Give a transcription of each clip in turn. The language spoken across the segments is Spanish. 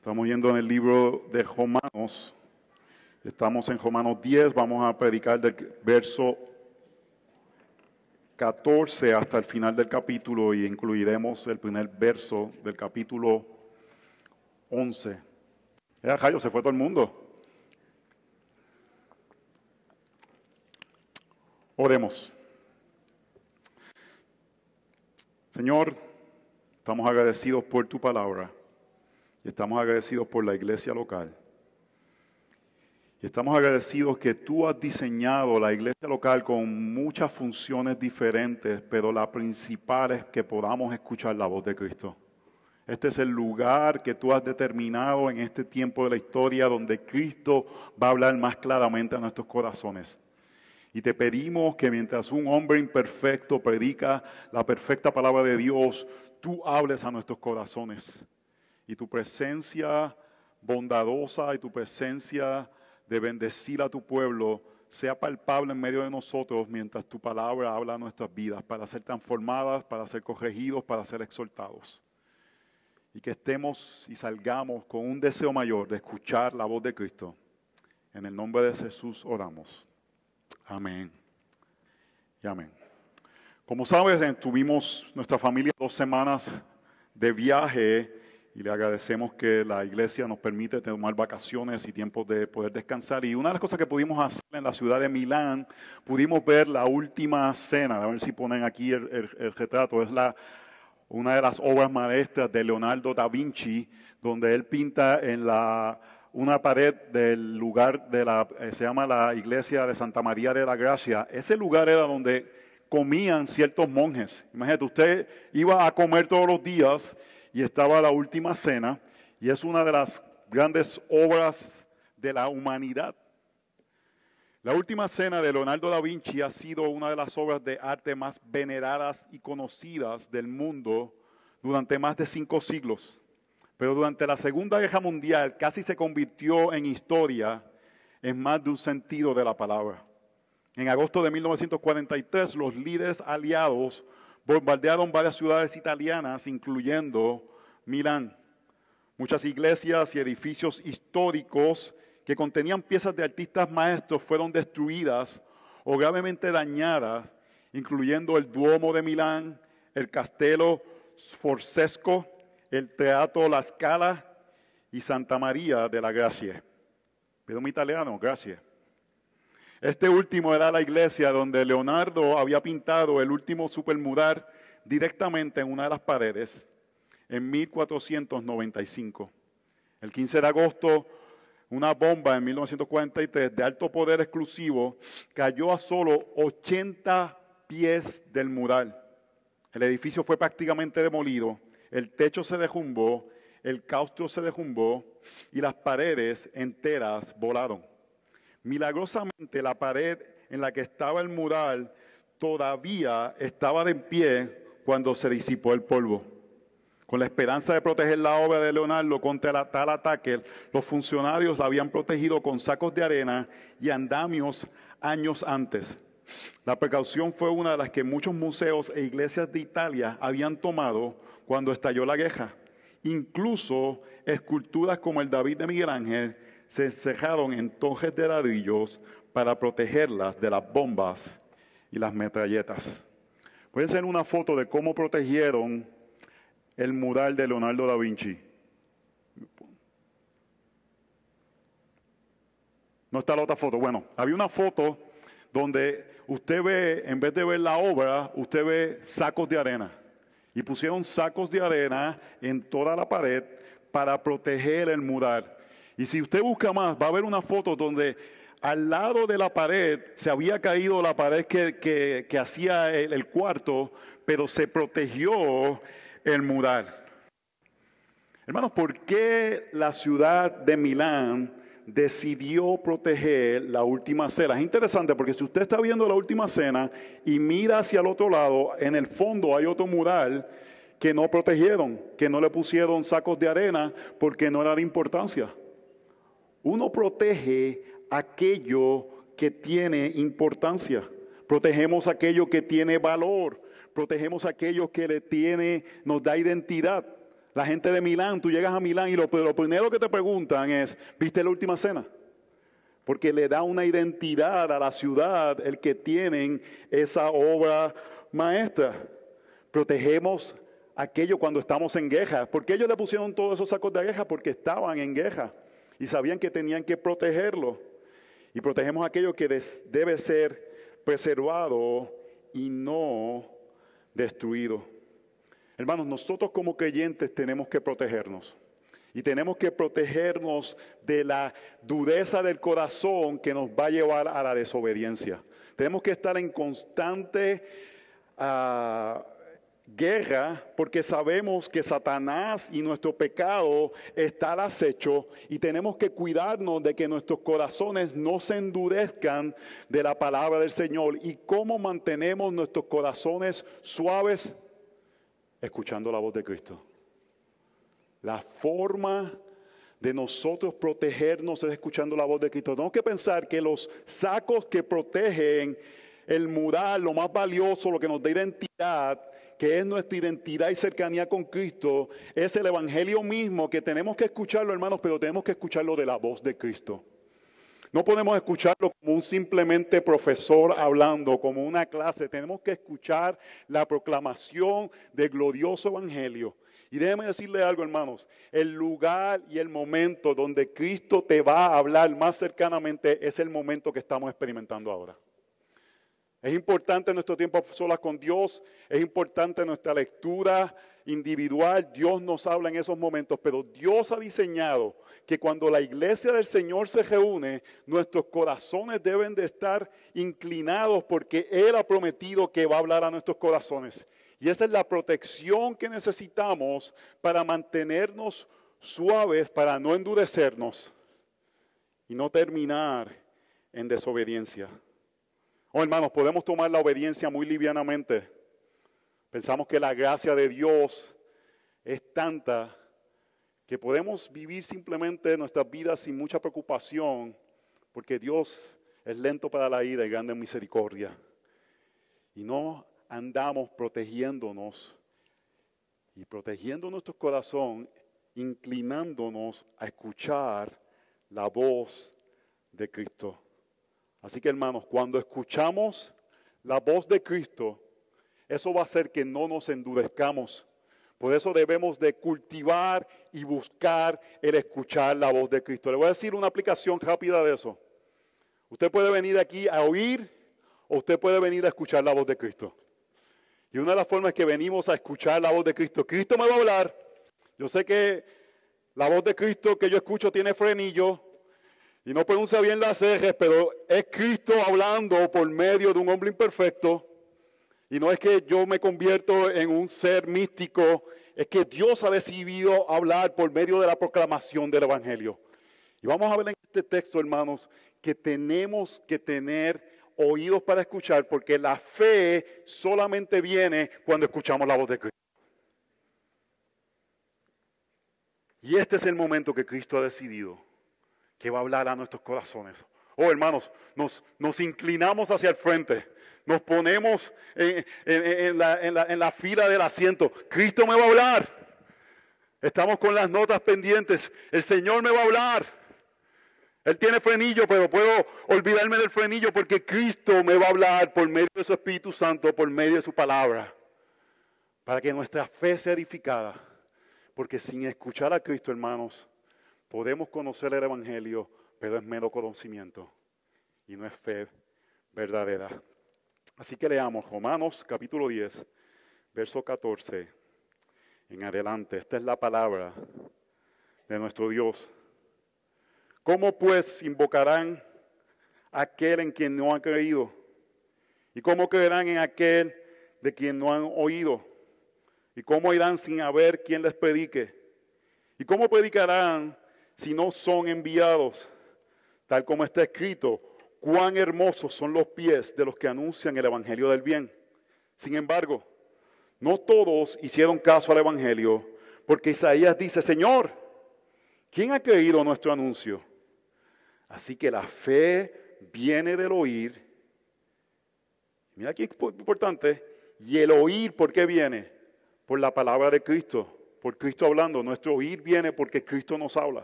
Estamos yendo en el libro de Romanos. Estamos en Romanos 10. Vamos a predicar del verso 14 hasta el final del capítulo y incluiremos el primer verso del capítulo 11. Jayo, se fue todo el mundo. Oremos. Señor, estamos agradecidos por tu palabra y estamos agradecidos por la iglesia local. Y estamos agradecidos que tú has diseñado la iglesia local con muchas funciones diferentes, pero la principal es que podamos escuchar la voz de Cristo. Este es el lugar que tú has determinado en este tiempo de la historia donde Cristo va a hablar más claramente a nuestros corazones. Y te pedimos que mientras un hombre imperfecto predica la perfecta palabra de Dios, tú hables a nuestros corazones. Y tu presencia bondadosa y tu presencia de bendecir a tu pueblo sea palpable en medio de nosotros mientras tu palabra habla a nuestras vidas para ser transformadas, para ser corregidos, para ser exhortados. Y que estemos y salgamos con un deseo mayor de escuchar la voz de Cristo. En el nombre de Jesús oramos. Amén. Y amén. Como sabes, tuvimos nuestra familia 2 semanas de viaje y le agradecemos que la iglesia nos permite tomar vacaciones y tiempos de poder descansar. Y una de las cosas que pudimos hacer en la ciudad de Milán, pudimos ver la última cena. A ver si ponen aquí el retrato. Es una de las obras maestras de Leonardo da Vinci, donde él pinta en una pared del lugar se llama la iglesia de Santa María de la Gracia. Ese lugar era donde comían ciertos monjes. Imagínate, usted iba a comer todos los días y estaba la última cena, y es una de las grandes obras de la humanidad. La última cena de Leonardo da Vinci ha sido una de las obras de arte más veneradas y conocidas del mundo durante más de 5 siglos. Pero durante la Segunda Guerra Mundial casi se convirtió en historia en más de un sentido de la palabra. En agosto de 1943, los líderes aliados bombardearon varias ciudades italianas, incluyendo Milán. Muchas iglesias y edificios históricos que contenían piezas de artistas maestros fueron destruidas o gravemente dañadas, incluyendo el Duomo de Milán, el Castello Sforzesco, el Teatro La Scala y Santa María de la Gracia. Pero un italiano, gracias. Este último era la iglesia donde Leonardo había pintado el último supermural directamente en una de las paredes en 1495. El 15 de agosto, una bomba en 1943 de alto poder exclusivo cayó a solo 80 pies del mural. El edificio fue prácticamente demolido. El techo se derrumbó, el claustro se derrumbó y las paredes enteras volaron. Milagrosamente la pared en la que estaba el mural todavía estaba de pie cuando se disipó el polvo. Con la esperanza de proteger la obra de Leonardo contra tal ataque, los funcionarios la habían protegido con sacos de arena y andamios años antes. La precaución fue una de las que muchos museos e iglesias de Italia habían tomado cuando estalló la guerra. Incluso esculturas como el David de Miguel Ángel se encerraron en torres de ladrillos para protegerlas de las bombas y las metralletas. Pueden ser una foto de cómo protegieron el mural de Leonardo da Vinci. No está la otra foto. Bueno, había una foto donde usted ve, en vez de ver la obra, usted ve sacos de arena. Y pusieron sacos de arena en toda la pared para proteger el mural. Y si usted busca más, va a ver una foto donde al lado de la pared se había caído la pared que hacía el cuarto, pero se protegió el mural. Hermanos, ¿por qué la ciudad de Milán decidió proteger la última cena? Es interesante porque si usted está viendo la última cena y mira hacia el otro lado, en el fondo hay otro mural que no protegieron, que no le pusieron sacos de arena porque no era de importancia. Uno protege aquello que tiene importancia. Protegemos aquello que tiene valor. Protegemos aquello que nos da identidad. La gente de Milán, tú llegas a Milán y lo primero que te preguntan es, ¿viste la última cena? Porque le da una identidad a la ciudad el que tienen esa obra maestra. Protegemos aquello cuando estamos en guerra. ¿Por qué ellos le pusieron todos esos sacos de guerra? Porque estaban en guerra y sabían que tenían que protegerlo. Y protegemos aquello que debe ser preservado y no destruido. Hermanos, nosotros como creyentes tenemos que protegernos. Y tenemos que protegernos de la dureza del corazón que nos va a llevar a la desobediencia. Tenemos que estar en constante guerra porque sabemos que Satanás y nuestro pecado está al acecho y tenemos que cuidarnos de que nuestros corazones no se endurezcan de la palabra del Señor. ¿Y cómo mantenemos nuestros corazones suaves? Escuchando la voz de Cristo. La forma de nosotros protegernos es escuchando la voz de Cristo. Tenemos que pensar que los sacos que protegen el mural, lo más valioso, lo que nos da identidad, que es nuestra identidad y cercanía con Cristo, es el Evangelio mismo, que tenemos que escucharlo, hermanos, pero tenemos que escucharlo de la voz de Cristo. No podemos escucharlo como un simplemente profesor hablando, como una clase. Tenemos que escuchar la proclamación del glorioso Evangelio. Y déjeme decirle algo, hermanos, el lugar y el momento donde Cristo te va a hablar más cercanamente es el momento que estamos experimentando ahora. Es importante nuestro tiempo a solas con Dios, es importante nuestra lectura individual, Dios nos habla en esos momentos, pero Dios ha diseñado que cuando la iglesia del Señor se reúne, nuestros corazones deben de estar inclinados porque Él ha prometido que va a hablar a nuestros corazones. Y esa es la protección que necesitamos para mantenernos suaves, para no endurecernos y no terminar en desobediencia. Oh, hermanos, podemos tomar la obediencia muy livianamente. Pensamos que la gracia de Dios es tanta que podemos vivir simplemente nuestras vidas sin mucha preocupación, porque Dios es lento para la ira y grande en misericordia. Y no andamos protegiéndonos y protegiendo nuestro corazón, inclinándonos a escuchar la voz de Cristo. Así que, hermanos, cuando escuchamos la voz de Cristo, eso va a hacer que no nos endurezcamos. Por eso debemos de cultivar y buscar el escuchar la voz de Cristo. Le voy a decir una aplicación rápida de eso. Usted puede venir aquí a oír o usted puede venir a escuchar la voz de Cristo. Y una de las formas que venimos a escuchar la voz de Cristo, Cristo me va a hablar. Yo sé que la voz de Cristo que yo escucho tiene frenillo y no pronuncia bien las ejes, pero es Cristo hablando por medio de un hombre imperfecto. Y no es que yo me convierto en un ser místico, es que Dios ha decidido hablar por medio de la proclamación del Evangelio. Y vamos a ver en este texto, hermanos, que tenemos que tener oídos para escuchar, porque la fe solamente viene cuando escuchamos la voz de Cristo. Y este es el momento que Cristo ha decidido que va a hablar a nuestros corazones. Oh, hermanos, nos inclinamos hacia el frente. Nos ponemos en la fila del asiento. Cristo me va a hablar. Estamos con las notas pendientes. El Señor me va a hablar. Él tiene frenillo, pero puedo olvidarme del frenillo porque Cristo me va a hablar por medio de su Espíritu Santo, por medio de su palabra. Para que nuestra fe sea edificada. Porque sin escuchar a Cristo, hermanos, podemos conocer el Evangelio, pero es mero conocimiento. Y no es fe verdadera. Así que leamos Romanos capítulo 10, verso 14 en adelante. Esta es la palabra de nuestro Dios. ¿Cómo pues invocarán a aquel en quien no han creído? ¿Y cómo creerán en aquel de quien no han oído? ¿Y cómo irán sin haber quien les predique? ¿Y cómo predicarán si no son enviados? Tal como está escrito, cuán hermosos son los pies de los que anuncian el evangelio del bien. Sin embargo, no todos hicieron caso al evangelio, porque Isaías dice, Señor, ¿quién ha creído nuestro anuncio? Así que la fe viene del oír. Mira aquí es importante. Y el oír, ¿por qué viene? Por la palabra de Cristo. por Cristo hablando. Nuestro oír viene porque Cristo nos habla.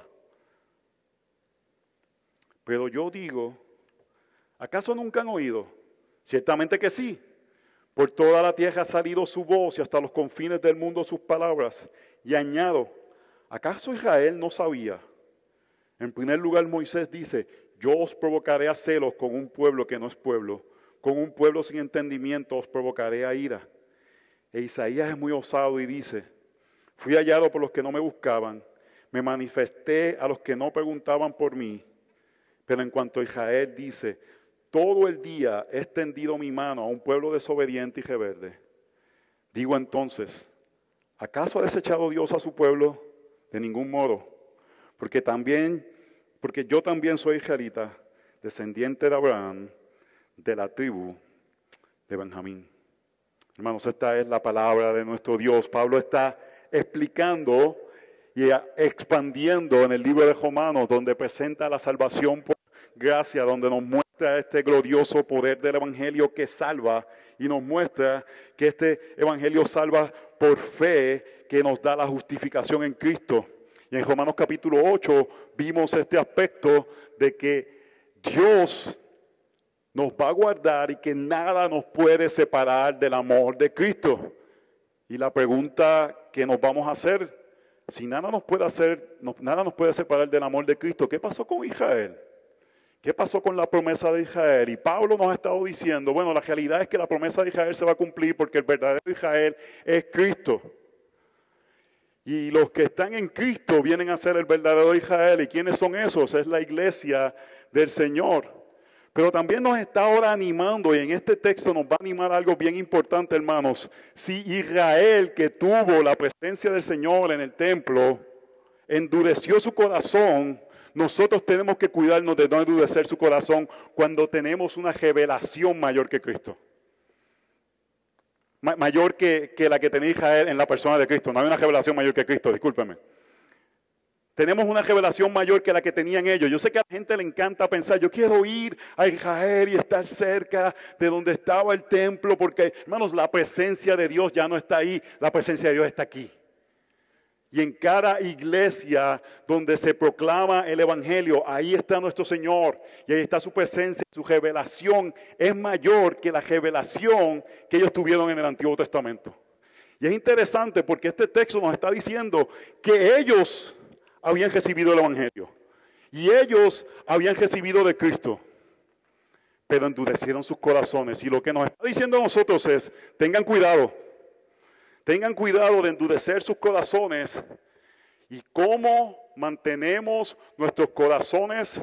Pero yo digo, ¿acaso nunca han oído? Ciertamente que sí. Por toda la tierra ha salido su voz y hasta los confines del mundo sus palabras. Y añado, ¿acaso Israel no sabía? En primer lugar, Moisés dice, yo os provocaré a celos con un pueblo que no es pueblo. Con un pueblo sin entendimiento os provocaré a ira. E Isaías es muy osado y dice, fui hallado por los que no me buscaban, me manifesté a los que no preguntaban por mí. Pero en cuanto a Israel dice, todo el día he extendido mi mano a un pueblo desobediente y rebelde. Digo entonces, ¿acaso ha desechado Dios a su pueblo? De ningún modo. Porque yo también soy israelita, descendiente de Abraham, de la tribu de Benjamín. Hermanos, esta es la palabra de nuestro Dios. Pablo está explicando y expandiendo en el libro de Romanos, donde presenta la salvación por gracia, donde nos muestra este glorioso poder del Evangelio que salva y nos muestra que este Evangelio salva por fe, que nos da la justificación en Cristo. Y en Romanos capítulo 8 vimos este aspecto de que Dios nos va a guardar y que nada nos puede separar del amor de Cristo. Y la pregunta que nos vamos a hacer, si nada nos puede separar del amor de Cristo, ¿qué pasó con Israel? ¿Qué pasó con la promesa de Israel? Y Pablo nos ha estado diciendo, bueno, la realidad es que la promesa de Israel se va a cumplir porque el verdadero Israel es Cristo. Y los que están en Cristo vienen a ser el verdadero Israel. ¿Y quiénes son esos? Es la iglesia del Señor. Pero también nos está ahora animando, y en este texto nos va a animar algo bien importante, hermanos. Si Israel, que tuvo la presencia del Señor en el templo, endureció su corazón, nosotros tenemos que cuidarnos de no endurecer su corazón cuando tenemos una revelación mayor que Cristo. Mayor que la que tenía Israel en la persona de Cristo. No hay una revelación mayor que Cristo, discúlpeme. Tenemos una revelación mayor que la que tenían ellos. Yo sé que a la gente le encanta pensar, yo quiero ir a Israel y estar cerca de donde estaba el templo, porque, hermanos, la presencia de Dios ya no está ahí, la presencia de Dios está aquí. Y en cada iglesia donde se proclama el Evangelio, ahí está nuestro Señor. Y ahí está su presencia, su revelación es mayor que la revelación que ellos tuvieron en el Antiguo Testamento. Y es interesante porque este texto nos está diciendo que ellos habían recibido el Evangelio. Y ellos habían recibido de Cristo. Pero endurecieron sus corazones. Y lo que nos está diciendo a nosotros es, tengan cuidado. Tengan cuidado de endurecer sus corazones. ¿Y cómo mantenemos nuestros corazones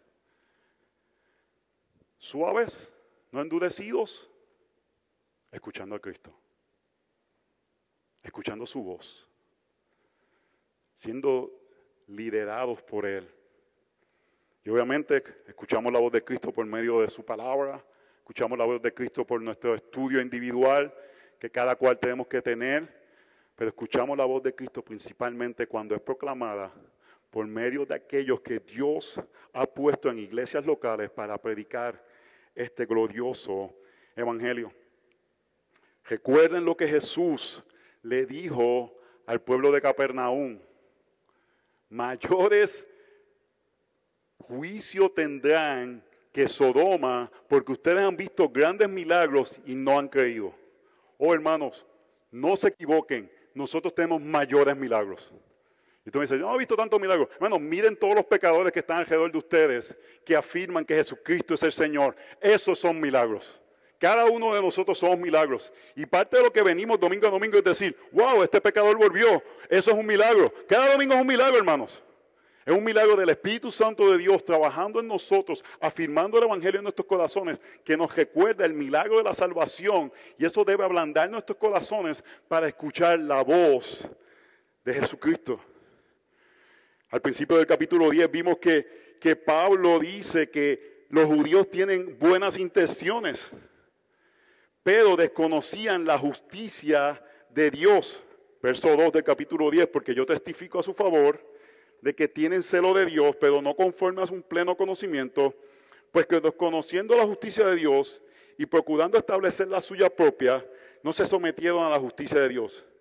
suaves, no endurecidos? Escuchando a Cristo. Escuchando su voz. Siendo liderados por Él. Y obviamente escuchamos la voz de Cristo por medio de su palabra. Escuchamos la voz de Cristo por nuestro estudio individual que cada cual tenemos que tener, pero escuchamos la voz de Cristo principalmente cuando es proclamada por medio de aquellos que Dios ha puesto en iglesias locales para predicar este glorioso evangelio. Recuerden lo que Jesús le dijo al pueblo de Capernaum: mayores juicio tendrán que Sodoma, porque ustedes han visto grandes milagros y no han creído. Oh, hermanos, no se equivoquen, nosotros tenemos mayores milagros. Y tú me dices, yo no he visto tantos milagros. Hermanos, miren todos los pecadores que están alrededor de ustedes, que afirman que Jesucristo es el Señor. Esos son milagros. Cada uno de nosotros somos milagros. Y parte de lo que venimos domingo a domingo es decir, wow, este pecador volvió. Eso es un milagro. Cada domingo es un milagro, hermanos. Es un milagro del Espíritu Santo de Dios trabajando en nosotros, afirmando el Evangelio en nuestros corazones, que nos recuerda el milagro de la salvación. Y eso debe ablandar nuestros corazones para escuchar la voz de Jesucristo. Al principio del capítulo 10 vimos que Pablo dice que los judíos tienen buenas intenciones, pero desconocían la justicia de Dios. Verso 2 del capítulo 10, porque yo testifico a su favor de que tienen celo de Dios, pero no conforme a su pleno conocimiento, pues que desconociendo la justicia de Dios y procurando establecer la suya propia, no se sometieron a la justicia de Dios.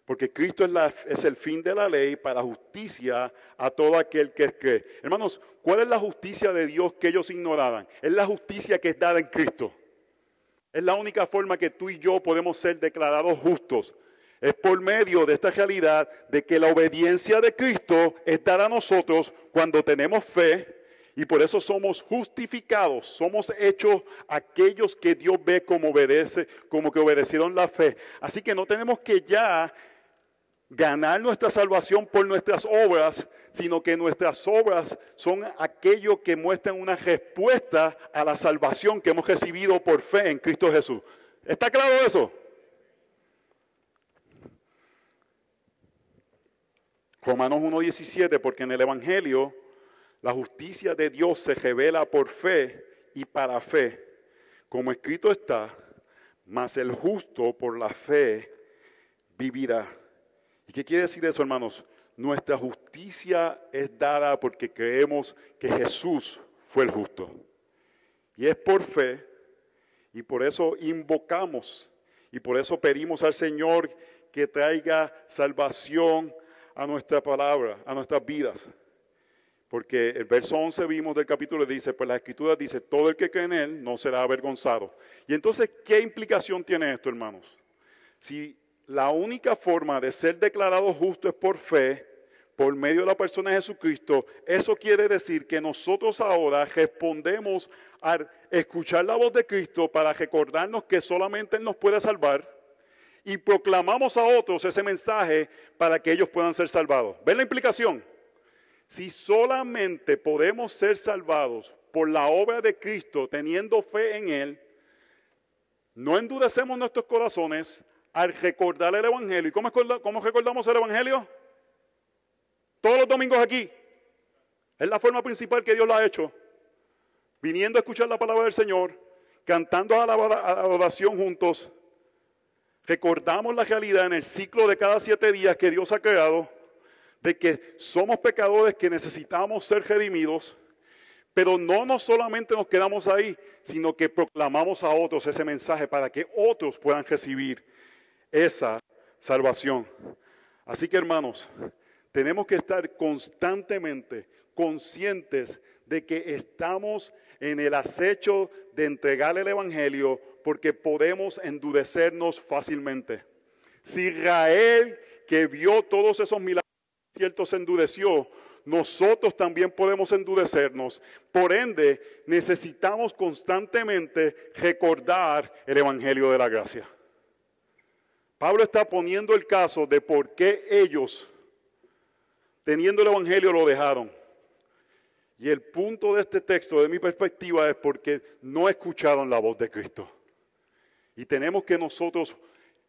Porque Cristo es el fin de la ley para justicia a todo aquel que cree. Hermanos, ¿cuál es la justicia de Dios que ellos ignoraban? Es la justicia que es dada en Cristo. Es la única forma que tú y yo podemos ser declarados justos. Es por medio de esta realidad de que la obediencia de Cristo es dada a nosotros cuando tenemos fe. Y por eso somos justificados, somos hechos aquellos que Dios ve como que obedecieron la fe. Así que no tenemos que ya ganar nuestra salvación por nuestras obras, sino que nuestras obras son aquello que muestran una respuesta a la salvación que hemos recibido por fe en Cristo Jesús. ¿Está claro eso? Romanos 1:17, porque en el Evangelio la justicia de Dios se revela por fe y para fe, como escrito está, mas el justo por la fe vivirá. ¿Y qué quiere decir eso, hermanos? Nuestra justicia es dada porque creemos que Jesús fue el justo. Y es por fe, y por eso invocamos, y por eso pedimos al Señor que traiga salvación a nuestra palabra, a nuestras vidas. Porque el verso 11 vimos del capítulo dice, pues la Escritura dice, todo el que cree en Él no será avergonzado. Y entonces, ¿qué implicación tiene esto, hermanos? Si la única forma de ser declarado justo es por fe, por medio de la persona de Jesucristo, eso quiere decir que nosotros ahora respondemos a escuchar la voz de Cristo para recordarnos que solamente Él nos puede salvar y proclamamos a otros ese mensaje para que ellos puedan ser salvados. ¿Ven la implicación? Si solamente podemos ser salvados por la obra de Cristo, teniendo fe en Él, no endurecemos nuestros corazones al recordar el Evangelio. ¿Y cómo recordamos el Evangelio? Todos los domingos aquí. Es la forma principal que Dios lo ha hecho. Viniendo a escuchar la palabra del Señor, cantando a la adoración juntos. Recordamos la realidad en el ciclo de cada 7 días que Dios ha creado, de que somos pecadores que necesitamos ser redimidos, pero no solamente nos quedamos ahí, sino que proclamamos a otros ese mensaje para que otros puedan recibir esa salvación. Así que, hermanos, tenemos que estar constantemente conscientes de que estamos en el acecho de entregar el Evangelio porque podemos endurecernos fácilmente. Si Israel, que vio todos esos milagros, cierto, se endureció, nosotros también podemos endurecernos. Por ende, necesitamos constantemente recordar el Evangelio de la gracia. Pablo está poniendo el caso de por qué ellos, teniendo el Evangelio, lo dejaron. Y el punto de este texto, de mi perspectiva, es porque no escucharon la voz de Cristo. Y tenemos que nosotros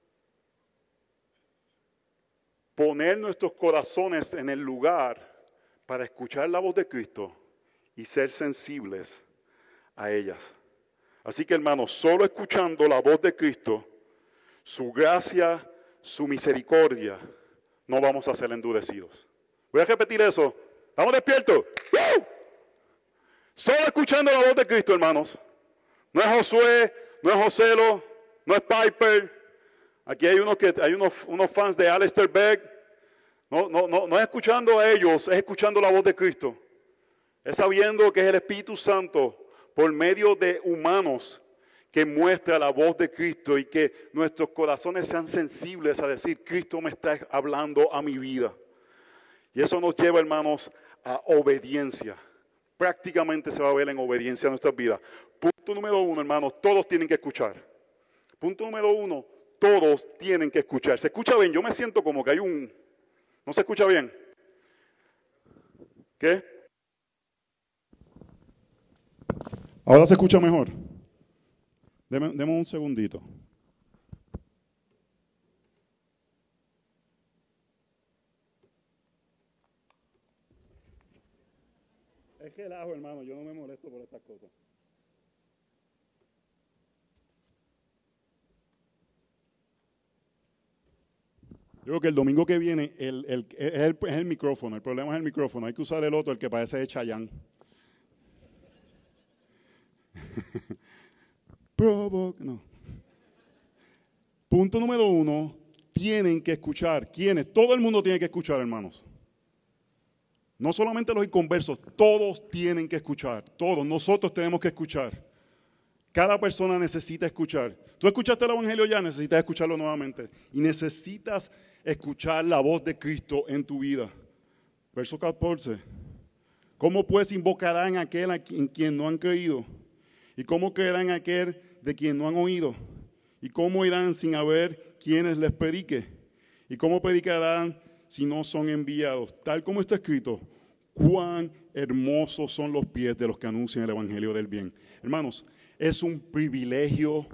poner nuestros corazones en el lugar para escuchar la voz de Cristo y ser sensibles a ellas. Así que, hermanos, solo escuchando la voz de Cristo, su gracia, su misericordia, no vamos a ser endurecidos. Voy a repetir eso. ¿Estamos despiertos? ¡Woo! Solo escuchando la voz de Cristo, hermanos. No es Josué, no es Joselo, no es Piper. Aquí hay unos fans de Alistair Begg. No es escuchando a ellos, es escuchando la voz de Cristo. Es sabiendo que es el Espíritu Santo por medio de humanos que muestra la voz de Cristo y que nuestros corazones sean sensibles a decir, Cristo me está hablando a mi vida. Y eso nos lleva, hermanos, a obediencia. Prácticamente se va a ver en obediencia a nuestras vidas. Punto número 1, hermanos, todos tienen que escuchar. Punto número 1, todos tienen que escuchar. ¿Se escucha bien? Yo me siento como que hay un... ¿No se escucha bien? ¿Qué? Ahora se escucha mejor. Deme un segundito. Es relajo, hermano. Yo no me molesto por estas cosas. Yo creo que el domingo que viene es el micrófono. El problema es el micrófono. Hay que usar el otro, el que parece de Chayanne. No. Punto número 1. tienen que escuchar. ¿Quiénes? Todo el mundo tiene que escuchar, hermanos. No solamente los inconversos, todos tienen que escuchar. Todos, nosotros tenemos que escuchar. Cada persona necesita escuchar. Tú escuchaste el Evangelio ya, necesitas escucharlo nuevamente. Y necesitas escuchar la voz de Cristo en tu vida. Verso 14. ¿Cómo pues invocarán a aquel en quien no han creído? ¿Y cómo creerán a aquel de quien no han oído? ¿Y cómo irán sin haber quienes les predique? ¿Y cómo predicarán si no son enviados? Tal como está escrito, cuán hermosos son los pies de los que anuncian el Evangelio del bien. Hermanos, es un privilegio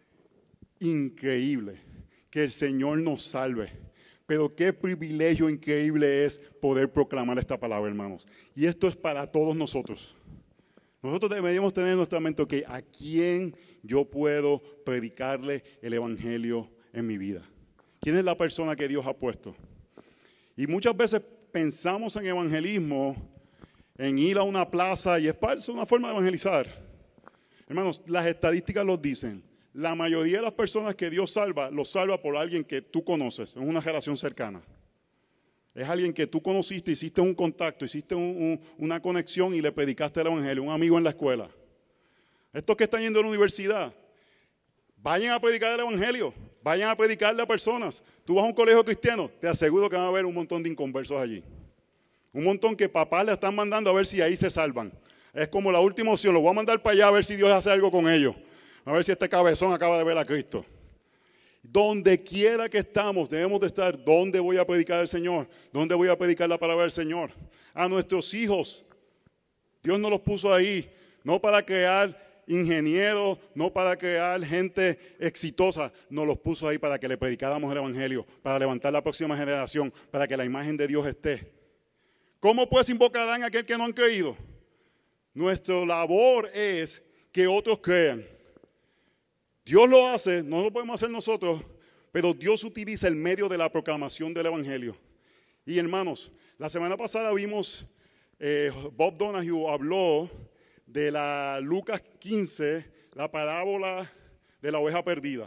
increíble que el Señor nos salve. Pero qué privilegio increíble es poder proclamar esta palabra, hermanos. Y esto es para todos nosotros. Nosotros deberíamos tener en nuestra mente que a quién yo puedo predicarle el Evangelio en mi vida. ¿Quién es la persona que Dios ha puesto? Y muchas veces pensamos en evangelismo, en ir a una plaza y es una forma de evangelizar. Hermanos, las estadísticas los dicen. La mayoría de las personas que Dios salva, los salva por alguien que tú conoces, en una relación cercana. Es alguien que tú conociste, hiciste un contacto, hiciste una conexión y le predicaste el Evangelio, un amigo en la escuela. Estos que están yendo a la universidad, vayan a predicar el Evangelio, vayan a predicarle a personas. Tú vas a un colegio cristiano, te aseguro que van a haber un montón de inconversos allí. Un montón que papás le están mandando a ver si ahí se salvan. Es como la última opción, lo voy a mandar para allá a ver si Dios hace algo con ellos. A ver si este cabezón acaba de ver a Cristo. Donde quiera que estamos, debemos de estar. ¿Dónde voy a predicar al Señor? ¿Dónde voy a predicar la palabra del Señor? A nuestros hijos. Dios nos los puso ahí, no para crear ingenieros, no para crear gente exitosa. Nos los puso ahí para que le predicáramos el Evangelio, para levantar la próxima generación, para que la imagen de Dios esté. ¿Cómo pues invocarán a aquel que no han creído? Nuestra labor es que otros crean. Dios lo hace, no lo podemos hacer nosotros, pero Dios utiliza el medio de la proclamación del Evangelio. Y hermanos, la semana pasada vimos, Bob Donahue habló de la Lucas 15, la parábola de la oveja perdida.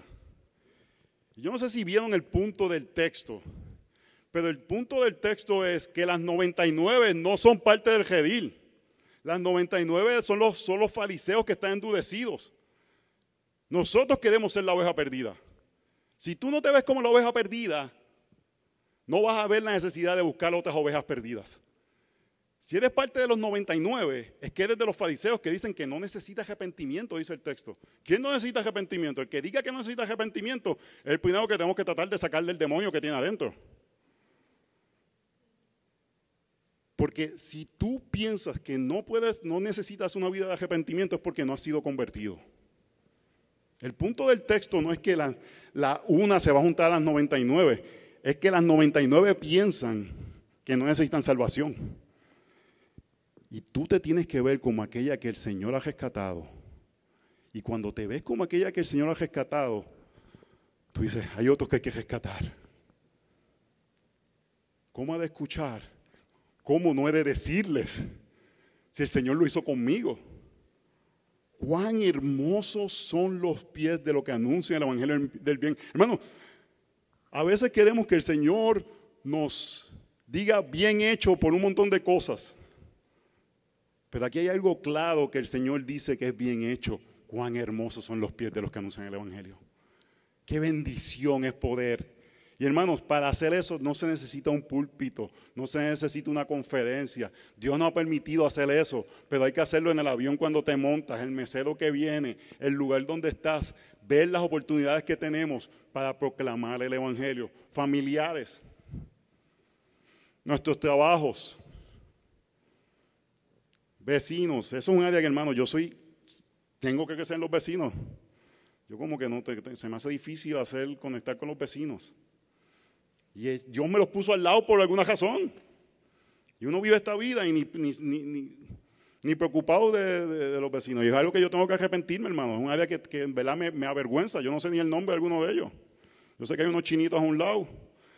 Yo no sé si vieron el punto del texto, pero el punto del texto es que las 99 no son parte del redil. Las 99 son los fariseos que están endurecidos. Nosotros queremos ser la oveja perdida. Si tú no te ves como la oveja perdida, no vas a ver la necesidad de buscar otras ovejas perdidas. Si eres parte de los 99, es que eres de los fariseos que dicen que no necesitas arrepentimiento, dice el texto. ¿Quién no necesita arrepentimiento? El que diga que no necesita arrepentimiento es el primero que tenemos que tratar de sacarle el demonio que tiene adentro. Porque si tú piensas que no necesitas una vida de arrepentimiento es porque no has sido convertido. El punto del texto no es que la una se va a juntar a las 99, es que las 99 piensan que no necesitan salvación. Y tú te tienes que ver como aquella que el Señor ha rescatado. Y cuando te ves como aquella que el Señor ha rescatado, tú dices, hay otros que hay que rescatar. ¿Cómo ha de escuchar? ¿Cómo no he de decirles si el Señor lo hizo conmigo? Cuán hermosos son los pies de lo que anuncian el Evangelio del bien. Hermano, a veces queremos que el Señor nos diga bien hecho por un montón de cosas. Pero aquí hay algo claro que el Señor dice que es bien hecho. Cuán hermosos son los pies de los que anuncian el Evangelio. Qué bendición es poder. Y hermanos, para hacer eso no se necesita un púlpito, no se necesita una conferencia. Dios no ha permitido hacer eso, pero hay que hacerlo en el avión cuando te montas, el mesero que viene, el lugar donde estás, ver las oportunidades que tenemos para proclamar el Evangelio. Familiares, nuestros trabajos, vecinos, eso es un área que, hermano, tengo que crecer en los vecinos. Yo como que se me hace difícil conectar con los vecinos. Y Dios me los puso al lado por alguna razón. Y uno vive esta vida y ni preocupado de los vecinos. Y es algo que yo tengo que arrepentirme, hermano. Es un área que en verdad me avergüenza. Yo no sé ni el nombre de alguno de ellos. Yo sé que hay unos chinitos a un lado.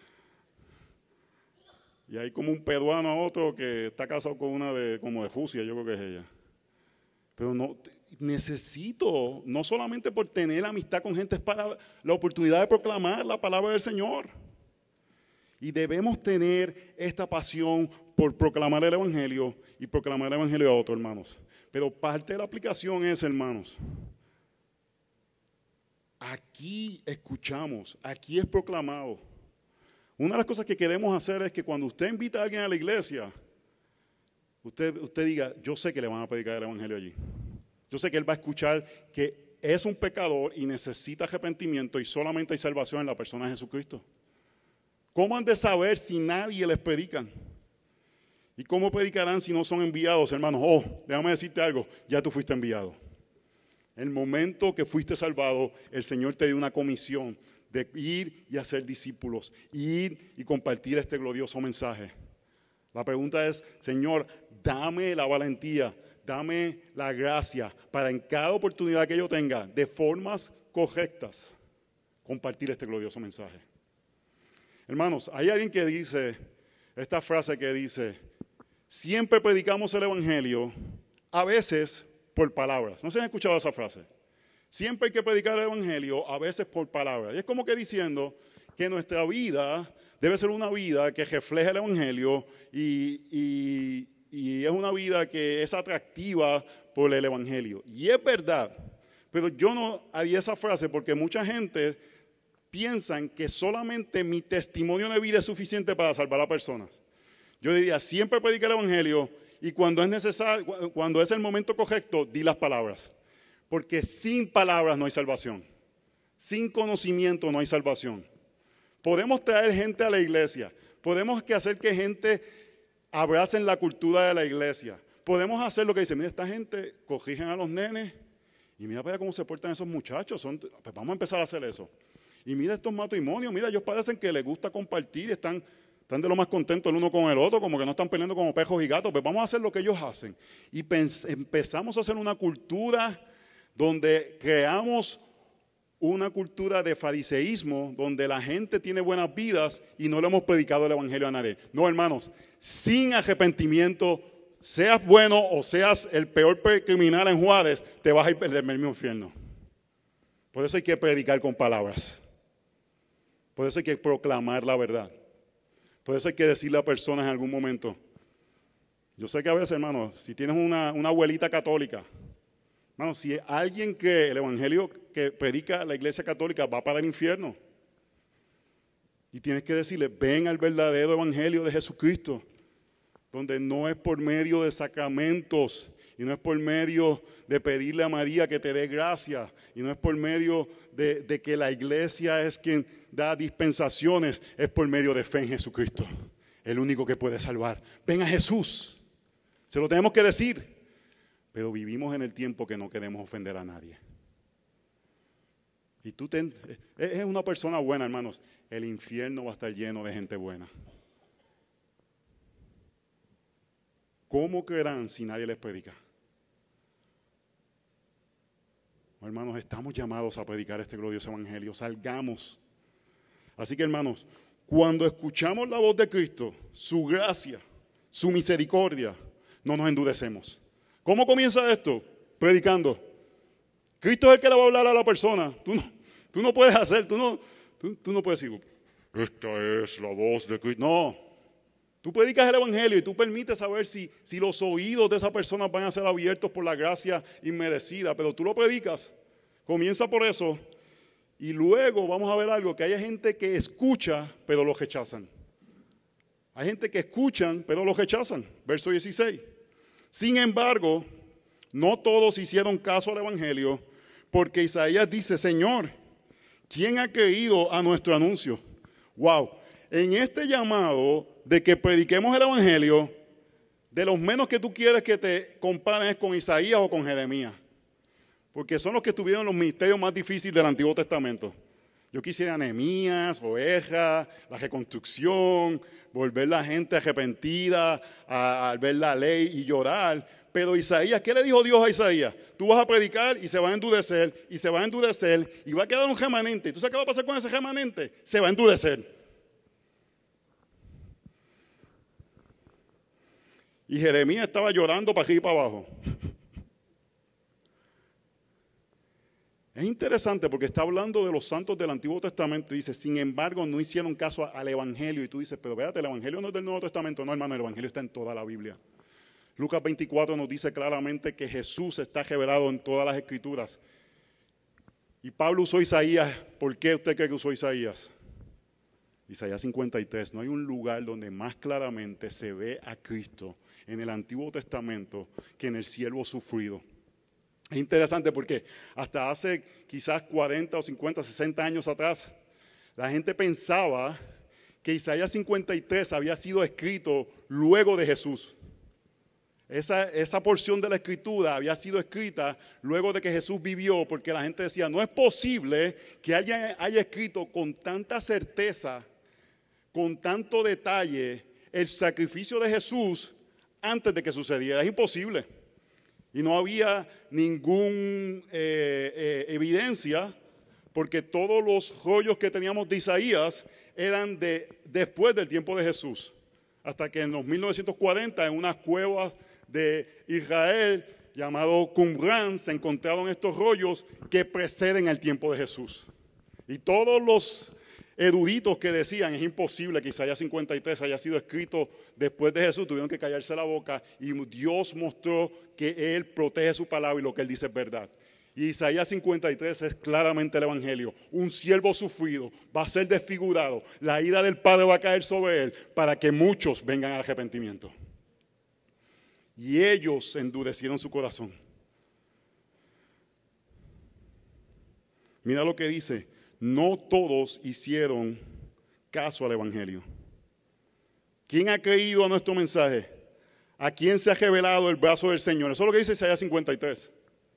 Y hay como un peruano a otro que está casado con una como de Rusia, yo creo que es ella. Pero no solamente por tener amistad con gente, es para la oportunidad de proclamar la palabra del Señor. Y debemos tener esta pasión por proclamar el Evangelio y proclamar el Evangelio a otros, hermanos. Pero parte de la aplicación es, hermanos, aquí escuchamos, aquí es proclamado. Una de las cosas que queremos hacer es que cuando usted invita a alguien a la iglesia, usted diga, yo sé que le van a predicar el Evangelio allí. Yo sé que él va a escuchar que es un pecador y necesita arrepentimiento y solamente hay salvación en la persona de Jesucristo. ¿Cómo han de saber si nadie les predica? ¿Y cómo predicarán si no son enviados, hermanos? Oh, déjame decirte algo, ya tú fuiste enviado. El momento que fuiste salvado, el Señor te dio una comisión de ir y hacer discípulos, ir y compartir este glorioso mensaje. La pregunta es, Señor, dame la valentía, dame la gracia para en cada oportunidad que yo tenga, de formas correctas, compartir este glorioso mensaje. Hermanos, hay alguien que dice, esta frase que dice, siempre predicamos el Evangelio, a veces por palabras. ¿No se han escuchado esa frase? Siempre hay que predicar el Evangelio, a veces por palabras. Y es como que diciendo que nuestra vida debe ser una vida que refleje el Evangelio y es una vida que es atractiva por el Evangelio. Y es verdad, pero yo no haría esa frase porque mucha gente piensa que solamente mi testimonio de vida es suficiente para salvar a personas. Yo diría, siempre predica el Evangelio y cuando es necesario, cuando es el momento correcto, di las palabras. Porque sin palabras no hay salvación. Sin conocimiento no hay salvación. Podemos traer gente a la iglesia. Podemos hacer que gente abrace la cultura de la iglesia. Podemos hacer lo que dice, mira, esta gente corrigen a los nenes y mira para allá cómo se portan esos muchachos. Pues vamos a empezar a hacer eso. Y mira estos matrimonios, mira, ellos parecen que les gusta compartir, están de lo más contentos el uno con el otro, como que no están peleando como pejos y gatos. Pues vamos a hacer lo que ellos hacen. Y empezamos a hacer una cultura donde creamos una cultura de fariseísmo, donde la gente tiene buenas vidas y no le hemos predicado el Evangelio a nadie. No, hermanos, sin arrepentimiento, seas bueno o seas el peor criminal en Juárez, te vas a ir a perder el mismo infierno. Por eso hay que predicar con palabras. Por eso hay que proclamar la verdad. Por eso hay que decirle a personas en algún momento. Yo sé que a veces, hermanos, si tienes una abuelita católica, hermano, si alguien cree el Evangelio que predica la Iglesia Católica va para el infierno. Y tienes que decirle, ven al verdadero Evangelio de Jesucristo, donde no es por medio de sacramentos, y no es por medio de pedirle a María que te dé gracia, y no es por medio de que la Iglesia es quien da dispensaciones, es por medio de fe en Jesucristo, el único que puede salvar. Ven a Jesús, se lo tenemos que decir. Pero vivimos en el tiempo que no queremos ofender a nadie. Y es una persona buena, hermanos. El infierno va a estar lleno de gente buena. ¿Cómo creerán si nadie les predica? Hermanos, estamos llamados a predicar este glorioso evangelio. Salgamos. Así que, hermanos, cuando escuchamos la voz de Cristo, su gracia, su misericordia, no nos endurecemos. ¿Cómo comienza esto? Predicando. Cristo es el que le va a hablar a la persona. Tú no puedes hacer, tú no puedes decir, esta es la voz de Cristo. No. Tú predicas el evangelio y tú permites saber si los oídos de esa persona van a ser abiertos por la gracia inmerecida, pero tú lo predicas. Comienza por eso y luego vamos a ver algo, que hay gente que escucha pero lo rechazan. Hay gente que escuchan pero lo rechazan. Verso 16. Sin embargo, no todos hicieron caso al evangelio, porque Isaías dice, Señor, ¿quién ha creído a nuestro anuncio? Wow, en este llamado de que prediquemos el evangelio, de los menos que tú quieres que te comparen es con Isaías o con Jeremías, porque son los que tuvieron los ministerios más difíciles del Antiguo Testamento. Yo quisiera Nehemías, Ovejas, la reconstrucción, volver la gente arrepentida al ver la ley y llorar. Pero Isaías, ¿qué le dijo Dios a Isaías? Tú vas a predicar y se va a endurecer, y se va a endurecer, y va a quedar un remanente. ¿Y tú sabes qué va a pasar con ese remanente? Se va a endurecer. Y Jeremías estaba llorando para arriba y para abajo. Es interesante porque está hablando de los santos del Antiguo Testamento. Dice, sin embargo, no hicieron caso al Evangelio. Y tú dices, pero véate, el Evangelio no es del Nuevo Testamento. No, hermano, el Evangelio está en toda la Biblia. Lucas 24 nos dice claramente que Jesús está revelado en todas las Escrituras. Y Pablo usó Isaías. ¿Por qué usted cree que usó Isaías? Isaías 53. No hay un lugar donde más claramente se ve a Cristo en el Antiguo Testamento que en el siervo sufrido. Es interesante porque hasta hace quizás 40 o 50, 60 años atrás, la gente pensaba que Isaías 53 había sido escrito luego de Jesús. Esa porción de la escritura había sido escrita luego de que Jesús vivió, porque la gente decía, no es posible que alguien haya escrito con tanta certeza, con tanto detalle, el sacrificio de Jesús antes de que sucediera. Es imposible. Y no había ninguna evidencia, porque todos los rollos que teníamos de Isaías eran después del tiempo de Jesús. Hasta que en los 1940, en unas cuevas de Israel, llamado Qumran, se encontraron estos rollos que preceden el tiempo de Jesús. Y todos los eruditos que decían, es imposible que Isaías 53 haya sido escrito después de Jesús, tuvieron que callarse la boca, y Dios mostró que Él protege su palabra y lo que Él dice es verdad. Y Isaías 53 es claramente el Evangelio. Un siervo sufrido va a ser desfigurado, la ira del Padre va a caer sobre Él para que muchos vengan al arrepentimiento. Y ellos endurecieron su corazón. Mira lo que dice. No todos hicieron caso al Evangelio. ¿Quién ha creído a nuestro mensaje? ¿A quién se ha revelado el brazo del Señor? Eso es lo que dice Isaías 53.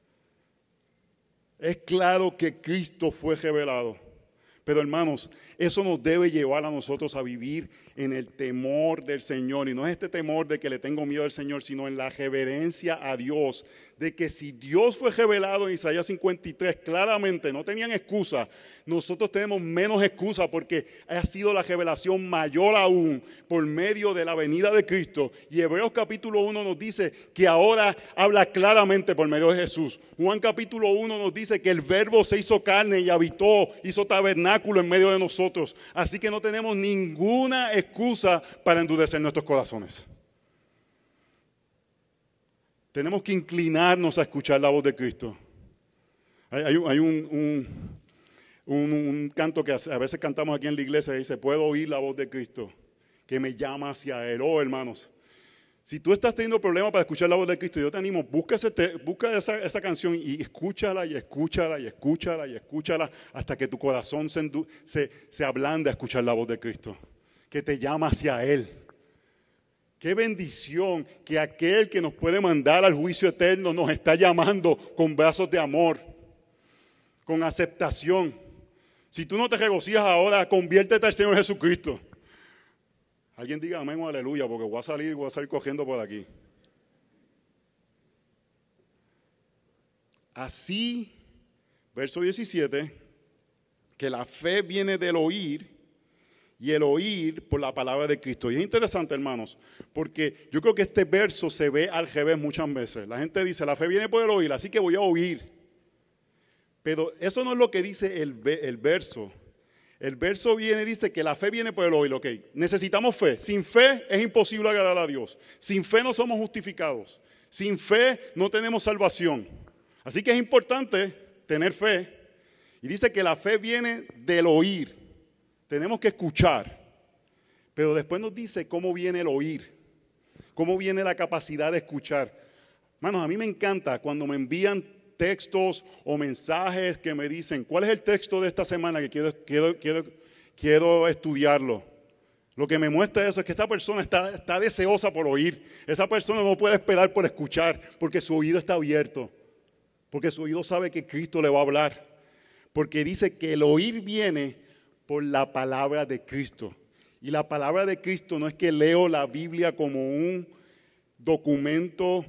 Es claro que Cristo fue revelado. Pero hermanos, eso nos debe llevar a nosotros a vivir en el temor del Señor. Y no es este temor de que le tengo miedo al Señor, sino en la reverencia a Dios. De que si Dios fue revelado en Isaías 53, claramente no tenían excusa. Nosotros tenemos menos excusa porque ha sido la revelación mayor aún por medio de la venida de Cristo. Y Hebreos capítulo 1 nos dice que ahora habla claramente por medio de Jesús. Juan capítulo 1 nos dice que el Verbo se hizo carne y habitó, hizo tabernáculo en medio de nosotros. Así que no tenemos ninguna excusa para endurecer nuestros corazones. Tenemos que inclinarnos a escuchar la voz de Cristo. Hay un canto que a veces cantamos aquí en la iglesia y dice, puedo oír la voz de Cristo que me llama hacia Él. Oh, hermanos, si tú estás teniendo problemas para escuchar la voz de Cristo, yo te animo, busca esa canción y escúchala y escúchala y escúchala y escúchala hasta que tu corazón se ablande a escuchar la voz de Cristo, que te llama hacia Él. Qué bendición que aquel que nos puede mandar al juicio eterno nos está llamando con brazos de amor, con aceptación. Si tú no te regocijas ahora, conviértete al Señor Jesucristo. Alguien diga amén o aleluya, porque voy a salir corriendo por aquí. Así, verso 17, que la fe viene del oír y el oír por la palabra de Cristo. Y es interesante, hermanos, porque yo creo que este verso se ve al revés muchas veces. La gente dice, la fe viene por el oír, así que voy a oír. Pero eso no es lo que dice el verso. El verso dice que la fe viene por el oír. Ok, necesitamos fe. Sin fe es imposible agradar a Dios. Sin fe no somos justificados. Sin fe no tenemos salvación. Así que es importante tener fe. Y dice que la fe viene del oír. Tenemos que escuchar. Pero después nos dice cómo viene el oír. Cómo viene la capacidad de escuchar. Hermanos, a mí me encanta cuando me envían textos o mensajes que me dicen, ¿cuál es el texto de esta semana que quiero estudiarlo? Lo que me muestra eso es que esta persona está deseosa por oír. Esa persona no puede esperar por escuchar porque su oído está abierto. Porque su oído sabe que Cristo le va a hablar. Porque dice que el oír viene por la palabra de Cristo. Y la palabra de Cristo no es que leo la Biblia como un documento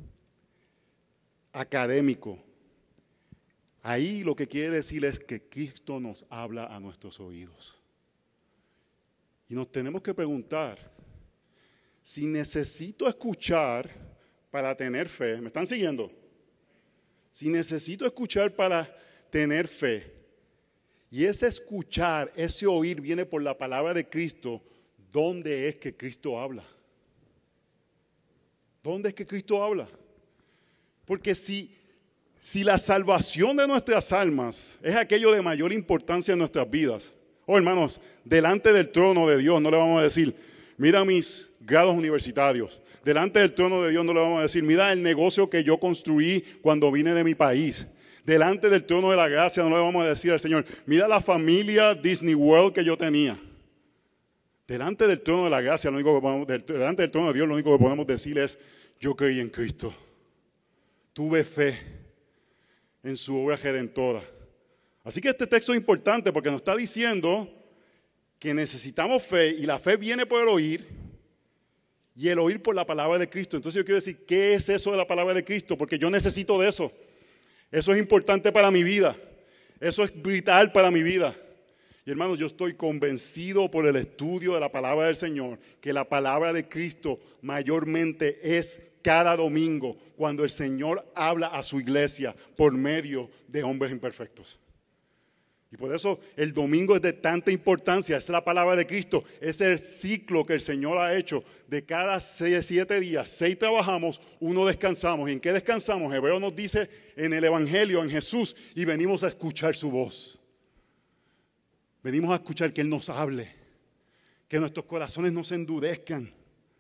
académico. Ahí lo que quiere decir es que Cristo nos habla a nuestros oídos. Y nos tenemos que preguntar, si necesito escuchar para tener fe, ¿me están siguiendo? Si necesito escuchar para tener fe. Y ese escuchar, ese oír viene por la palabra de Cristo. ¿Dónde es que Cristo habla? ¿Dónde es que Cristo habla? Porque si la salvación de nuestras almas es aquello de mayor importancia en nuestras vidas, hermanos, delante del trono de Dios no le vamos a decir, mira mis grados universitarios. Delante del trono de Dios no le vamos a decir, mira el negocio que yo construí cuando vine de mi país. Delante del trono de la gracia no le vamos a decir al Señor, mira la familia Disney World que yo tenía. Delante del trono de la gracia, delante del trono de Dios, lo único que podemos decir es, yo creí en Cristo. Tuve fe en su obra redentora. Así que este texto es importante porque nos está diciendo que necesitamos fe y la fe viene por el oír y el oír por la palabra de Cristo. Entonces yo quiero decir, ¿qué es eso de la palabra de Cristo? Porque yo necesito de eso. Eso es importante para mi vida. Eso es vital para mi vida. Y hermanos, yo estoy convencido por el estudio de la palabra del Señor que la palabra de Cristo mayormente es cada domingo cuando el Señor habla a su iglesia por medio de hombres imperfectos. Y por eso el domingo es de tanta importancia, es la palabra de Cristo, es el ciclo que el Señor ha hecho de cada 7 días, 6 trabajamos, 1 descansamos. ¿Y en qué descansamos? Hebreo nos dice en el Evangelio, en Jesús, y venimos a escuchar su voz. Venimos a escuchar que Él nos hable, que nuestros corazones no se endurezcan.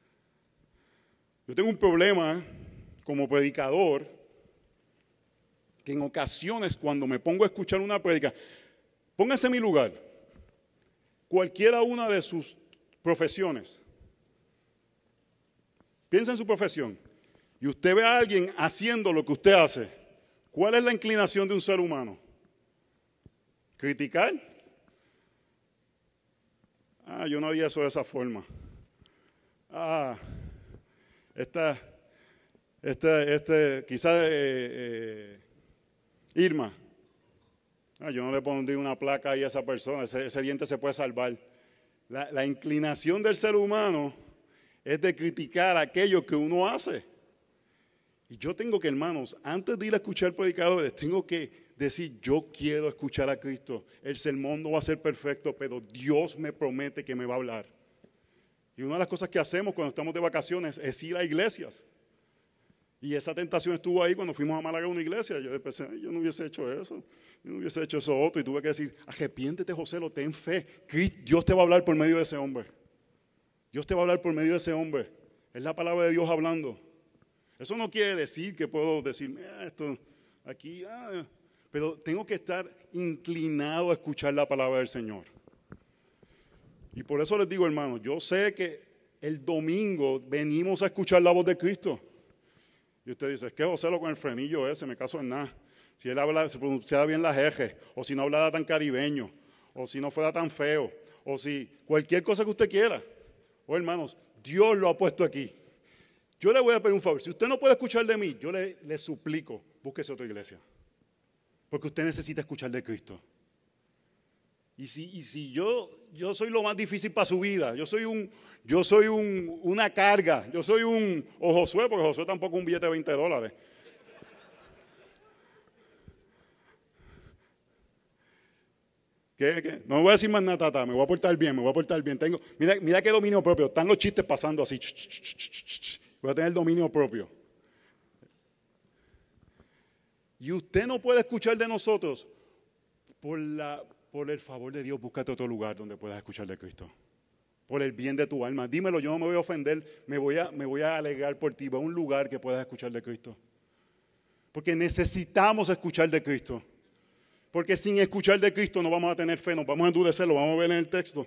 Yo tengo un problema como predicador, que en ocasiones cuando me pongo a escuchar una prédica, póngase en mi lugar, cualquiera una de sus profesiones, piensa en su profesión, y usted ve a alguien haciendo lo que usted hace, ¿cuál es la inclinación de un ser humano? ¿Criticar? Yo no haría eso de esa forma. Quizás Irma. Yo no le pondría una placa ahí a esa persona, ese diente se puede salvar. La inclinación del ser humano es de criticar aquello que uno hace. Y yo tengo que, hermanos, antes de ir a escuchar predicadores, tengo que decir, yo quiero escuchar a Cristo. El sermón no va a ser perfecto, pero Dios me promete que me va a hablar. Y una de las cosas que hacemos cuando estamos de vacaciones es ir a iglesias. Y esa tentación estuvo ahí cuando fuimos a Málaga a una iglesia. Yo pensé, yo no hubiese hecho eso, yo no hubiese hecho eso otro. Y tuve que decir, arrepiéntete, José, ten fe. Dios te va a hablar por medio de ese hombre. Dios te va a hablar por medio de ese hombre. Es la palabra de Dios hablando. Eso no quiere decir que puedo decir, esto aquí, pero tengo que estar inclinado a escuchar la palabra del Señor. Y por eso les digo, hermanos, yo sé que el domingo venimos a escuchar la voz de Cristo. Y usted dice, es que José lo con el frenillo ese, me caso en nada. Si él habla, se pronunciara bien las ejes, o si no hablara tan caribeño, o si no fuera tan feo, o si cualquier cosa que usted quiera. Hermanos, Dios lo ha puesto aquí. Yo le voy a pedir un favor, si usted no puede escuchar de mí, yo le suplico, búsquese otra iglesia. Porque usted necesita escuchar de Cristo. Y si yo soy lo más difícil para su vida, yo soy una carga, yo soy o Josué, porque Josué tampoco es un billete de $20. ¿Qué? No me voy a decir más nada, tata, me voy a portar bien. Mira qué dominio propio, están los chistes pasando así. Voy a tener dominio propio. Y usted no puede escuchar de nosotros por el favor de Dios, búscate otro lugar donde puedas escuchar de Cristo. Por el bien de tu alma. Dímelo, yo no me voy a ofender, me voy a alegrar por ti. Va a un lugar que puedas escuchar de Cristo. Porque necesitamos escuchar de Cristo. Porque sin escuchar de Cristo no vamos a tener fe, nos vamos a endurecer, lo vamos a ver en el texto.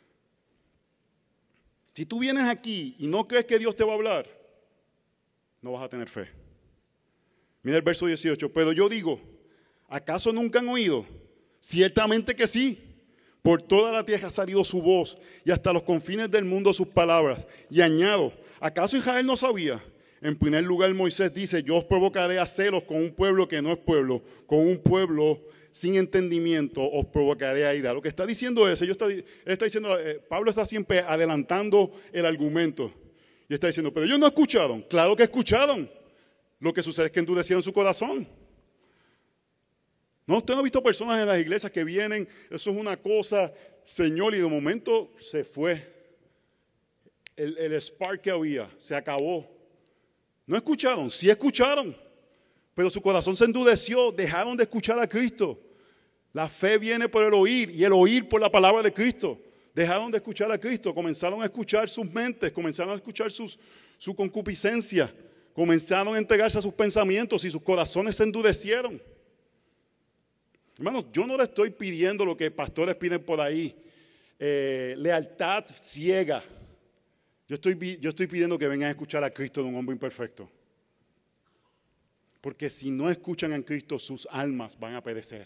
Si tú vienes aquí y no crees que Dios te va a hablar, no vas a tener fe. Mira el verso 18. Pero yo digo, ¿acaso nunca han oído? Ciertamente que sí. Por toda la tierra ha salido su voz y hasta los confines del mundo sus palabras. Y añado, ¿acaso Israel no sabía? En primer lugar Moisés dice, yo os provocaré a celos con un pueblo que no es pueblo, con un pueblo sin entendimiento os provocaré a ira. Lo que está diciendo es, Pablo está siempre adelantando el argumento. Y está diciendo, pero ellos no escucharon. Claro que escucharon. Lo que sucede es que endurecieron su corazón. No, usted no ha visto personas en las iglesias que vienen, eso es una cosa, Señor, y de momento se fue. El spark que había, se acabó. ¿No escucharon? Sí escucharon, pero su corazón se endureció, dejaron de escuchar a Cristo. La fe viene por el oír y el oír por la palabra de Cristo. Dejaron de escuchar a Cristo, comenzaron a escuchar sus mentes, comenzaron a escuchar su concupiscencia, comenzaron a entregarse a sus pensamientos y sus corazones se endurecieron. Hermanos, yo no le estoy pidiendo lo que pastores piden por ahí, lealtad ciega. Yo estoy pidiendo que vengan a escuchar a Cristo de un hombre imperfecto. Porque si no escuchan a Cristo, sus almas van a perecer.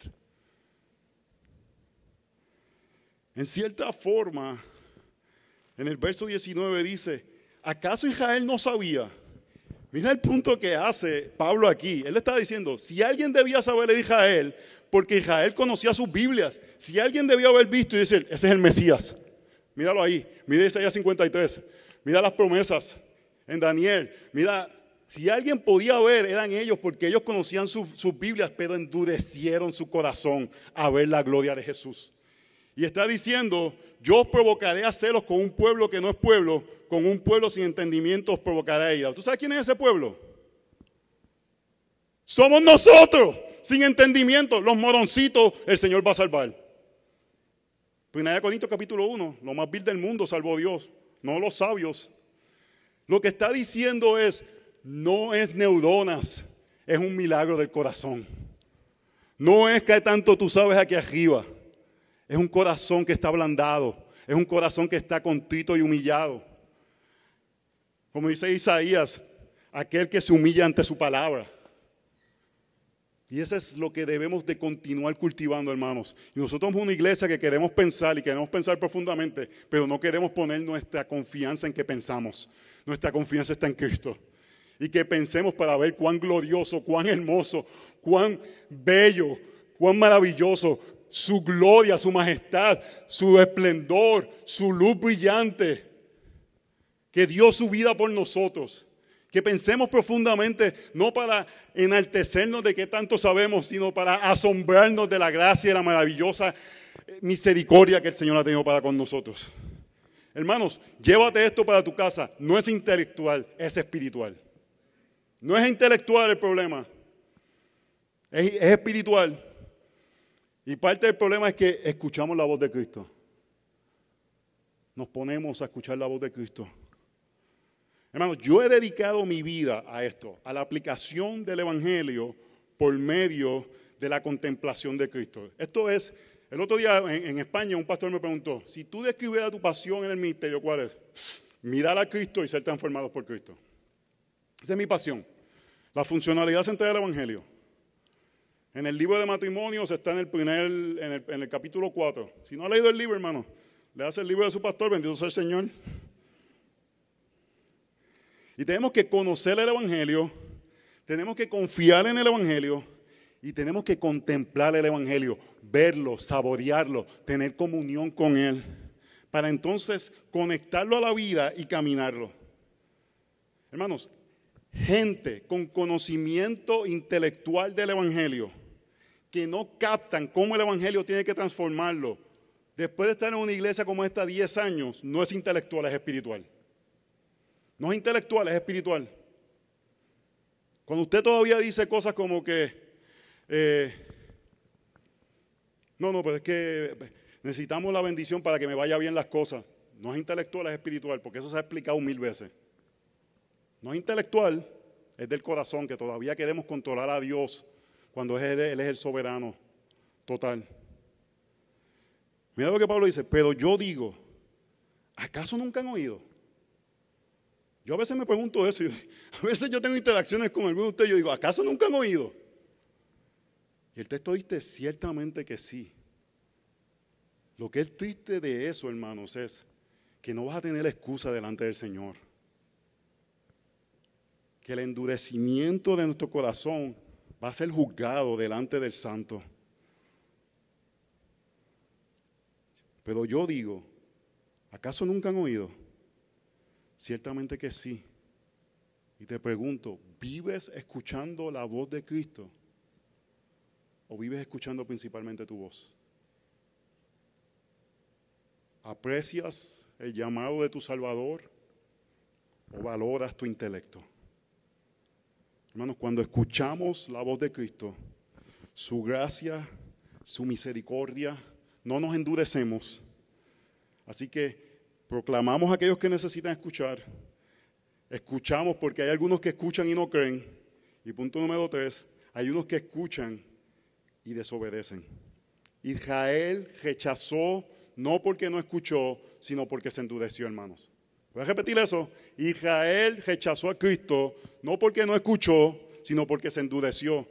En cierta forma, en el verso 19 dice, ¿acaso Israel no sabía? Mira el punto que hace Pablo aquí. Él está diciendo, si alguien debía saber de Israel, porque Israel conocía sus Biblias, si alguien debía haber visto y decir, ese es el Mesías. Míralo ahí, mira Isaías 53, mira las promesas en Daniel, mira, si alguien podía ver, eran ellos, porque ellos conocían sus Biblias, pero endurecieron su corazón a ver la gloria de Jesús. Y está diciendo, yo os provocaré a celos con un pueblo que no es pueblo, con un pueblo sin entendimiento os provocaré a ira. ¿Tú sabes quién es ese pueblo? Somos nosotros, sin entendimiento, los moroncitos, el Señor va a salvar. Primera de Corintios capítulo 1, lo más vil del mundo salvó Dios, no los sabios. Lo que está diciendo es, no es neuronas, es un milagro del corazón. No es que tanto tú sabes aquí arriba. Es un corazón que está ablandado. Es un corazón que está contrito y humillado. Como dice Isaías, aquel que se humilla ante su palabra. Y eso es lo que debemos de continuar cultivando, hermanos. Y nosotros somos una iglesia que queremos pensar y queremos pensar profundamente, pero no queremos poner nuestra confianza en que pensamos. Nuestra confianza está en Cristo. Y que pensemos para ver cuán glorioso, cuán hermoso, cuán bello, cuán maravilloso, su gloria, su majestad, su esplendor, su luz brillante, que dio su vida por nosotros. Que pensemos profundamente, no para enaltecernos de qué tanto sabemos, sino para asombrarnos de la gracia y la maravillosa misericordia que el Señor ha tenido para con nosotros. Hermanos, llévate esto para tu casa. No es intelectual, es espiritual. No es intelectual el problema, es espiritual. Y parte del problema es que escuchamos la voz de Cristo. Nos ponemos a escuchar la voz de Cristo. Hermanos, yo he dedicado mi vida a esto, a la aplicación del Evangelio por medio de la contemplación de Cristo. Esto es, el otro día en España un pastor me preguntó, si tú describieras tu pasión en el ministerio, ¿cuál es? Mirar a Cristo y ser transformados por Cristo. Esa es mi pasión. La funcionalidad central del Evangelio. En el libro de matrimonios está en el capítulo 4. Si no ha leído el libro, hermano, le hace el libro de su pastor, bendito sea el Señor. Y tenemos que conocer el Evangelio, tenemos que confiar en el Evangelio y tenemos que contemplar el Evangelio, verlo, saborearlo, tener comunión con Él, para entonces conectarlo a la vida y caminarlo. Hermanos, gente con conocimiento intelectual del Evangelio, que no captan cómo el Evangelio tiene que transformarlo, después de estar en una iglesia como esta 10 años, no es intelectual, es espiritual. No es intelectual, es espiritual. Cuando usted todavía dice cosas como que, pero es que necesitamos la bendición para que me vaya bien las cosas. No es intelectual, es espiritual, porque eso se ha explicado 1000 veces. No es intelectual, es del corazón, que todavía queremos controlar a Dios cuando Él es el soberano total. Mira lo que Pablo dice, pero yo digo, ¿acaso nunca han oído? Yo a veces me pregunto eso, a veces yo tengo interacciones con algunos de ustedes y yo digo, ¿acaso nunca han oído? Y el texto dice, ciertamente que sí. Lo que es triste de eso, hermanos, es que no vas a tener excusa delante del Señor. Que el endurecimiento de nuestro corazón va a ser juzgado delante del Santo. Pero yo digo, ¿acaso nunca han oído? Ciertamente que sí. Y te pregunto, ¿vives escuchando la voz de Cristo? ¿O vives escuchando principalmente tu voz? ¿Aprecias el llamado de tu Salvador o valoras tu intelecto? Hermanos, cuando escuchamos la voz de Cristo, su gracia, su misericordia, no nos endurecemos. Así que proclamamos a aquellos que necesitan escuchar. Escuchamos porque hay algunos que escuchan y no creen. Y punto número 3, hay unos que escuchan y desobedecen. Israel rechazó no porque no escuchó, sino porque se endureció, hermanos. Voy a repetir eso. Israel rechazó a Cristo no porque no escuchó, sino porque se endureció.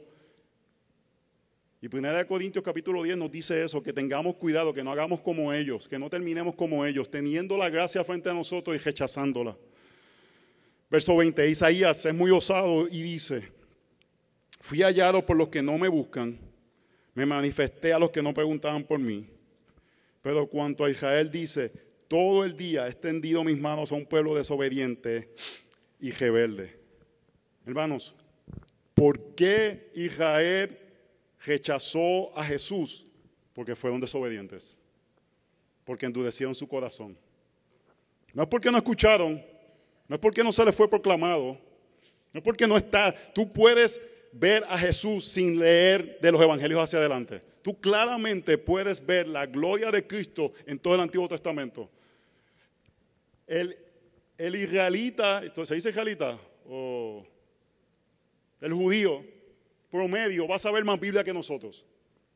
Y 1 Corintios capítulo 10 nos dice eso, que tengamos cuidado, que no hagamos como ellos, que no terminemos como ellos, teniendo la gracia frente a nosotros y rechazándola. Verso 20, Isaías es muy osado y dice: fui hallado por los que no me buscan, me manifesté a los que no preguntaban por mí. Pero cuanto a Israel dice: todo el día he extendido mis manos a un pueblo desobediente y rebelde. Hermanos, ¿por qué Israel rechazó a Jesús? Porque fueron desobedientes, porque endurecieron su corazón. No es porque no escucharon, no es porque no se les fue proclamado, no es porque no está. Tú puedes ver a Jesús sin leer de los evangelios hacia adelante. Tú claramente puedes ver la gloria de Cristo en todo el Antiguo Testamento. El israelita, ¿se dice israelita? O el judío promedio va a saber más Biblia que nosotros.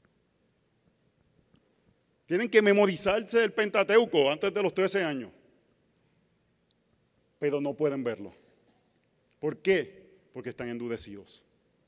Tienen que memorizarse el Pentateuco antes de los 13 años. Pero no pueden verlo. ¿Por qué? Porque están endurecidos.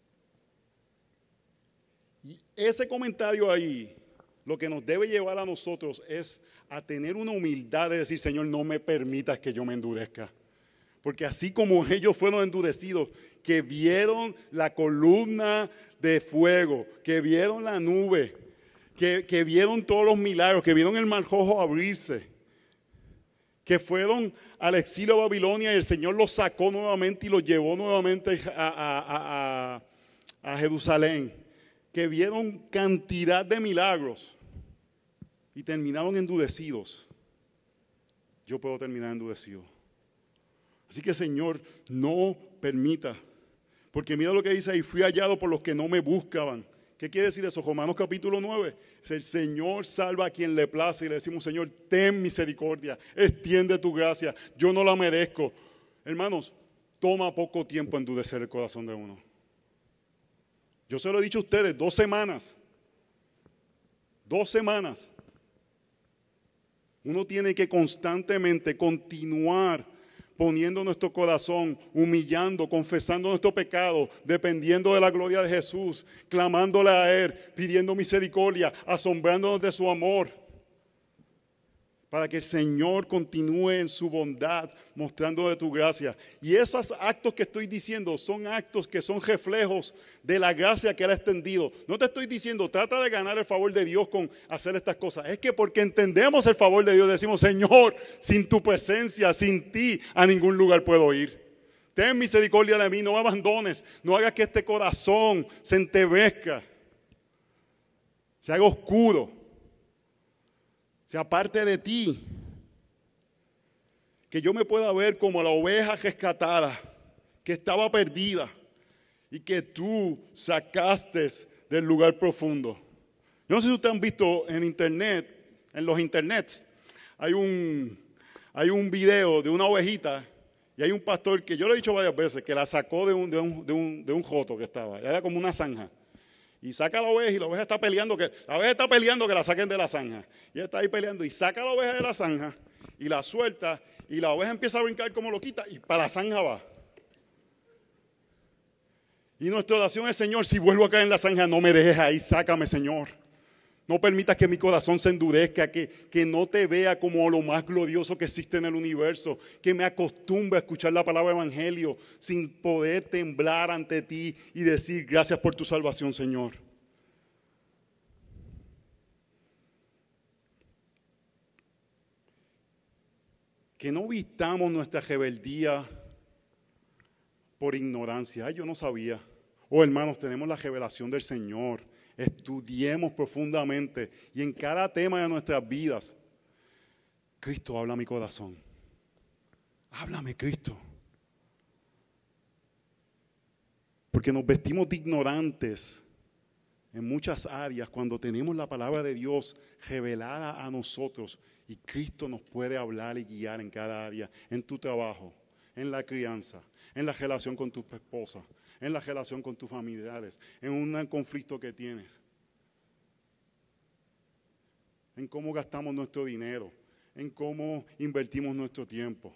Y ese comentario ahí, lo que nos debe llevar a nosotros es a tener una humildad de decir: Señor, no me permitas que yo me endurezca. Porque así como ellos fueron endurecidos, que vieron la columna de fuego, que vieron la nube, que vieron todos los milagros, que vieron el mar Rojo abrirse, que fueron al exilio a Babilonia y el Señor los sacó nuevamente y los llevó nuevamente a Jerusalén, que vieron cantidad de milagros y terminaron endurecidos. Yo puedo terminar endurecido. Así que, Señor, no permita, porque mira lo que dice ahí: fui hallado por los que no me buscaban. ¿Qué quiere decir eso? Romanos capítulo 9. El Señor salva a quien le place y le decimos: Señor, ten misericordia, extiende tu gracia, yo no la merezco. Hermanos, toma poco tiempo endurecer el corazón de uno. Yo se lo he dicho a ustedes, 2 semanas. 2 semanas. Uno tiene que constantemente continuar poniendo nuestro corazón, humillando, confesando nuestro pecado, dependiendo de la gloria de Jesús, clamándole a Él, pidiendo misericordia, asombrándonos de su amor, para que el Señor continúe en su bondad, mostrando de tu gracia. Y esos actos que estoy diciendo son actos que son reflejos de la gracia que Él ha extendido. No te estoy diciendo, trata de ganar el favor de Dios con hacer estas cosas. Es que porque entendemos el favor de Dios, decimos: Señor, sin tu presencia, sin ti, a ningún lugar puedo ir. Ten misericordia de mí, no me abandones, no hagas que este corazón se entebrezca, se haga oscuro, se aparte de ti, que yo me pueda ver como la oveja rescatada, que estaba perdida y que tú sacaste del lugar profundo. Yo no sé si ustedes han visto en internet, en los internets, hay un video de una ovejita y hay un pastor que yo lo he dicho varias veces, que la sacó de un joto que estaba, era como una zanja. Y saca a la oveja y la oveja está peleando que la saquen de la zanja. Y él está ahí peleando y saca a la oveja de la zanja y la suelta y la oveja empieza a brincar como loquita y para la zanja va. Y nuestra oración es: Señor, si vuelvo a caer en la zanja, no me dejes ahí, sácame, Señor. No permitas que mi corazón se endurezca, que no te vea como lo más glorioso que existe en el universo, que me acostumbre a escuchar la palabra evangelio sin poder temblar ante ti y decir: gracias por tu salvación, Señor. Que no vistamos nuestra rebeldía por ignorancia. Ay, yo no sabía. Oh, hermanos, tenemos la revelación del Señor. estudiemos profundamente y en cada tema de nuestras vidas, Cristo, habla a mi corazón. Háblame, Cristo. Porque nos vestimos de ignorantes en muchas áreas cuando tenemos la palabra de Dios revelada a nosotros y Cristo nos puede hablar y guiar en cada área, en tu trabajo, en la crianza, en la relación con tu esposa, en la relación con tus familiares, en un conflicto que tienes, en cómo gastamos nuestro dinero, en cómo invertimos nuestro tiempo.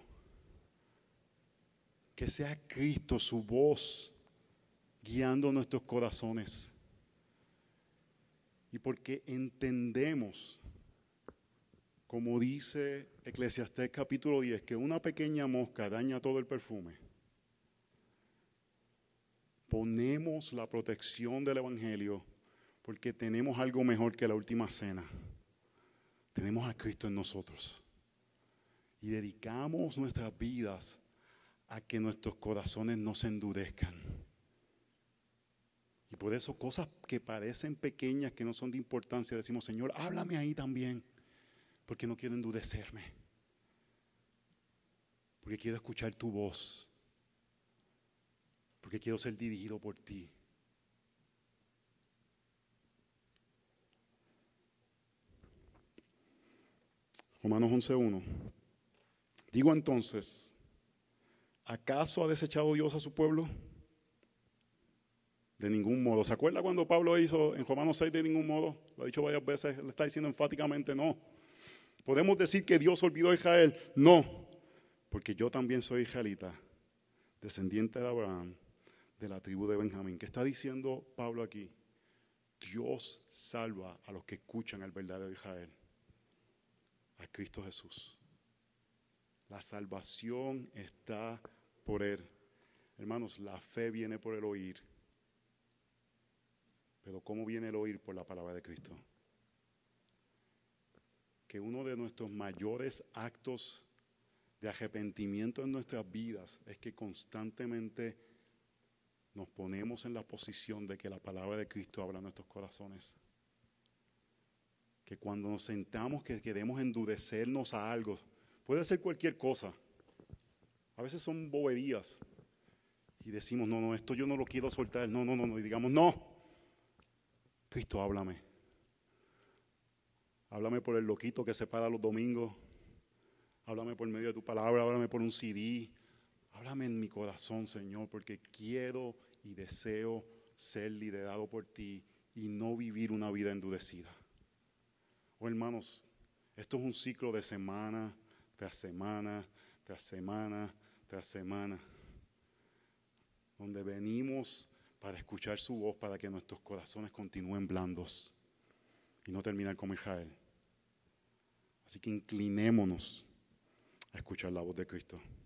Que sea Cristo, su voz, guiando nuestros corazones. Y porque entendemos, como dice Eclesiastés capítulo 10, que una pequeña mosca daña todo el perfume, ponemos la protección del Evangelio porque tenemos algo mejor que la última cena. Tenemos a Cristo en nosotros. Y dedicamos nuestras vidas a que nuestros corazones no se endurezcan. Y por eso cosas que parecen pequeñas, que no son de importancia, decimos, Señor, háblame ahí también, porque no quiero endurecerme, porque quiero escuchar tu voz, porque quiero ser dirigido por ti. Romanos 11:1. Digo entonces, ¿acaso ha desechado Dios a su pueblo? De ningún modo. ¿Se acuerda cuando Pablo hizo en Romanos 6 de ningún modo? Lo ha dicho varias veces, le está diciendo enfáticamente no. ¿Podemos decir que Dios olvidó a Israel? No, porque yo también soy israelita, descendiente de Abraham, de la tribu de Benjamín. ¿Qué está diciendo Pablo aquí? Dios salva a los que escuchan al verdadero Israel, a Cristo Jesús. La salvación está por Él. Hermanos, la fe viene por el oír. Pero ¿cómo viene el oír? Por la palabra de Cristo. Que uno de nuestros mayores actos de arrepentimiento en nuestras vidas es que constantemente nos ponemos en la posición de que la palabra de Cristo habla en nuestros corazones. Que cuando nos sentamos que queremos endurecernos a algo, puede ser cualquier cosa. A veces son boberías. Y decimos, no, esto yo no lo quiero soltar. No. Y digamos, no. Cristo, háblame. Háblame por el loquito que se para los domingos. Háblame por medio de tu palabra. Háblame por un CD. Háblame en mi corazón, Señor, porque quiero y deseo ser liderado por ti y no vivir una vida endurecida. Oh, hermanos, esto es un ciclo de semana tras semana, tras semana, tras semana, donde venimos para escuchar su voz, para que nuestros corazones continúen blandos y no terminar como Israel. Así que inclinémonos a escuchar la voz de Cristo.